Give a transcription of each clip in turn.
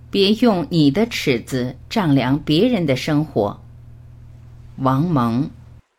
别用你的尺子丈量别人的生活。王蒙。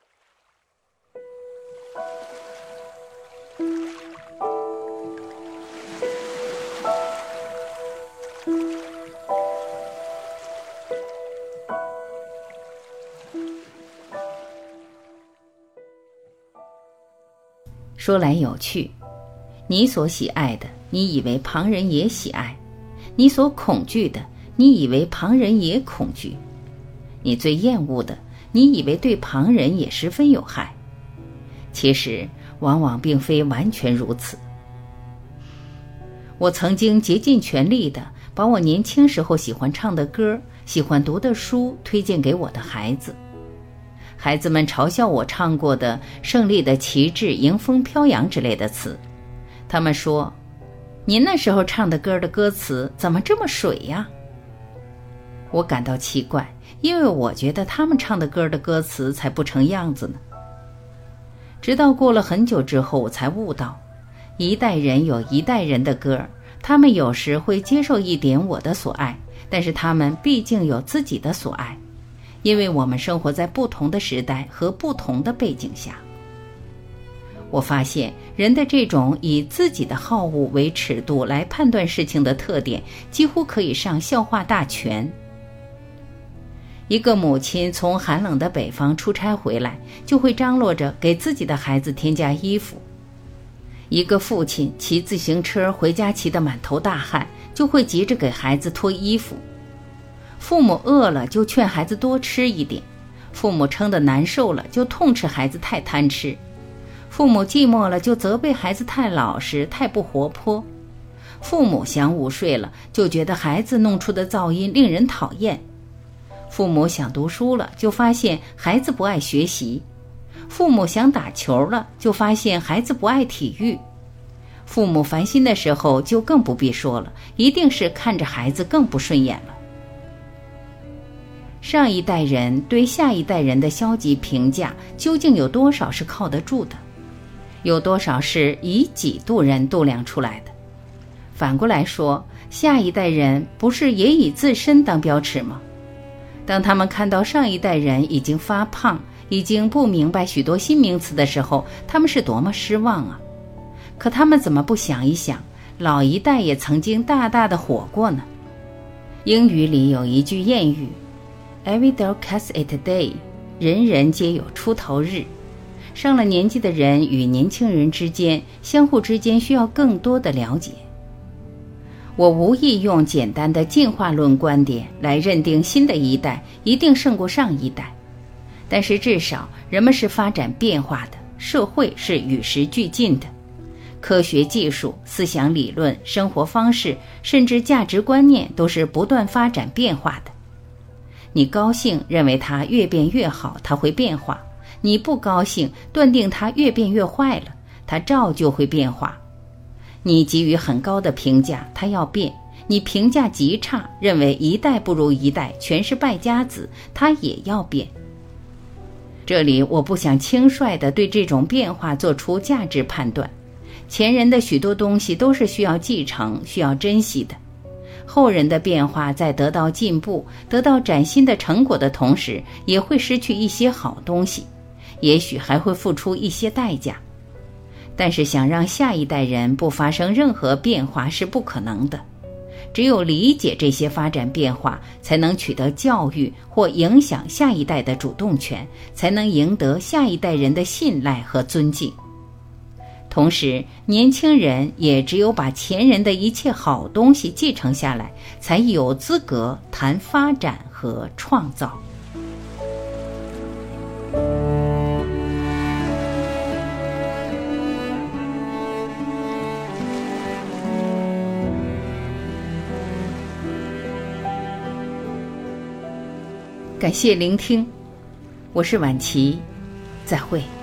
说来有趣，你所喜爱的，你以为旁人也喜爱；你所恐惧的，你以为旁人也恐惧；你最厌恶的，你以为对旁人也十分有害。其实往往并非完全如此。我曾经竭尽全力地把我年轻时候喜欢唱的歌、喜欢读的书推荐给我的孩子。孩子们嘲笑我唱过的胜利的旗帜迎风飘扬之类的词，他们说，您那时候唱的歌的歌词怎么这么水呀？我感到奇怪，因为我觉得他们唱的歌的歌词才不成样子呢。直到过了很久之后，我才悟到，一代人有一代人的歌，他们有时会接受一点我的所爱，但是他们毕竟有自己的所爱，因为我们生活在不同的时代和不同的背景下。我发现人的这种以自己的好恶为尺度来判断事情的特点，几乎可以上笑话大全。一个母亲从寒冷的北方出差回来，就会张罗着给自己的孩子添加衣服。一个父亲骑自行车回家骑得满头大汗，就会急着给孩子脱衣服。父母饿了就劝孩子多吃一点，父母撑得难受了就痛斥孩子太贪吃，父母寂寞了就责备孩子太老实太不活泼，父母想午睡了就觉得孩子弄出的噪音令人讨厌，父母想读书了就发现孩子不爱学习，父母想打球了就发现孩子不爱体育，父母烦心的时候就更不必说了，一定是看着孩子更不顺眼了。上一代人对下一代人的消极评价，究竟有多少是靠得住的？有多少是以己度人度量出来的？反过来说，下一代人不是也以自身当标尺吗？当他们看到上一代人已经发胖，已经不明白许多新名词的时候，他们是多么失望啊！可他们怎么不想一想，老一代也曾经大大的火过呢？英语里有一句谚语， Every dog has its day， 人人皆有出头日。上了年纪的人与年轻人之间，相互之间需要更多的了解。我无意用简单的进化论观点来认定新的一代一定胜过上一代，但是至少人们是发展变化的，社会是与时俱进的，科学技术、思想理论、生活方式，甚至价值观念都是不断发展变化的。你高兴认为它越变越好，它会变化；你不高兴断定它越变越坏了，它照旧会变化。你给予很高的评价，它要变；你评价极差，认为一代不如一代，全是败家子，它也要变。这里我不想轻率地对这种变化做出价值判断，前人的许多东西都是需要继承、需要珍惜的。后人的变化在得到进步、得到崭新的成果的同时，也会失去一些好东西，也许还会付出一些代价。但是想让下一代人不发生任何变化是不可能的，只有理解这些发展变化，才能取得教育或影响下一代的主动权，才能赢得下一代人的信赖和尊敬。同时，年轻人也只有把前人的一切好东西继承下来，才有资格谈发展和创造。感谢聆听，我是婉琪，再会。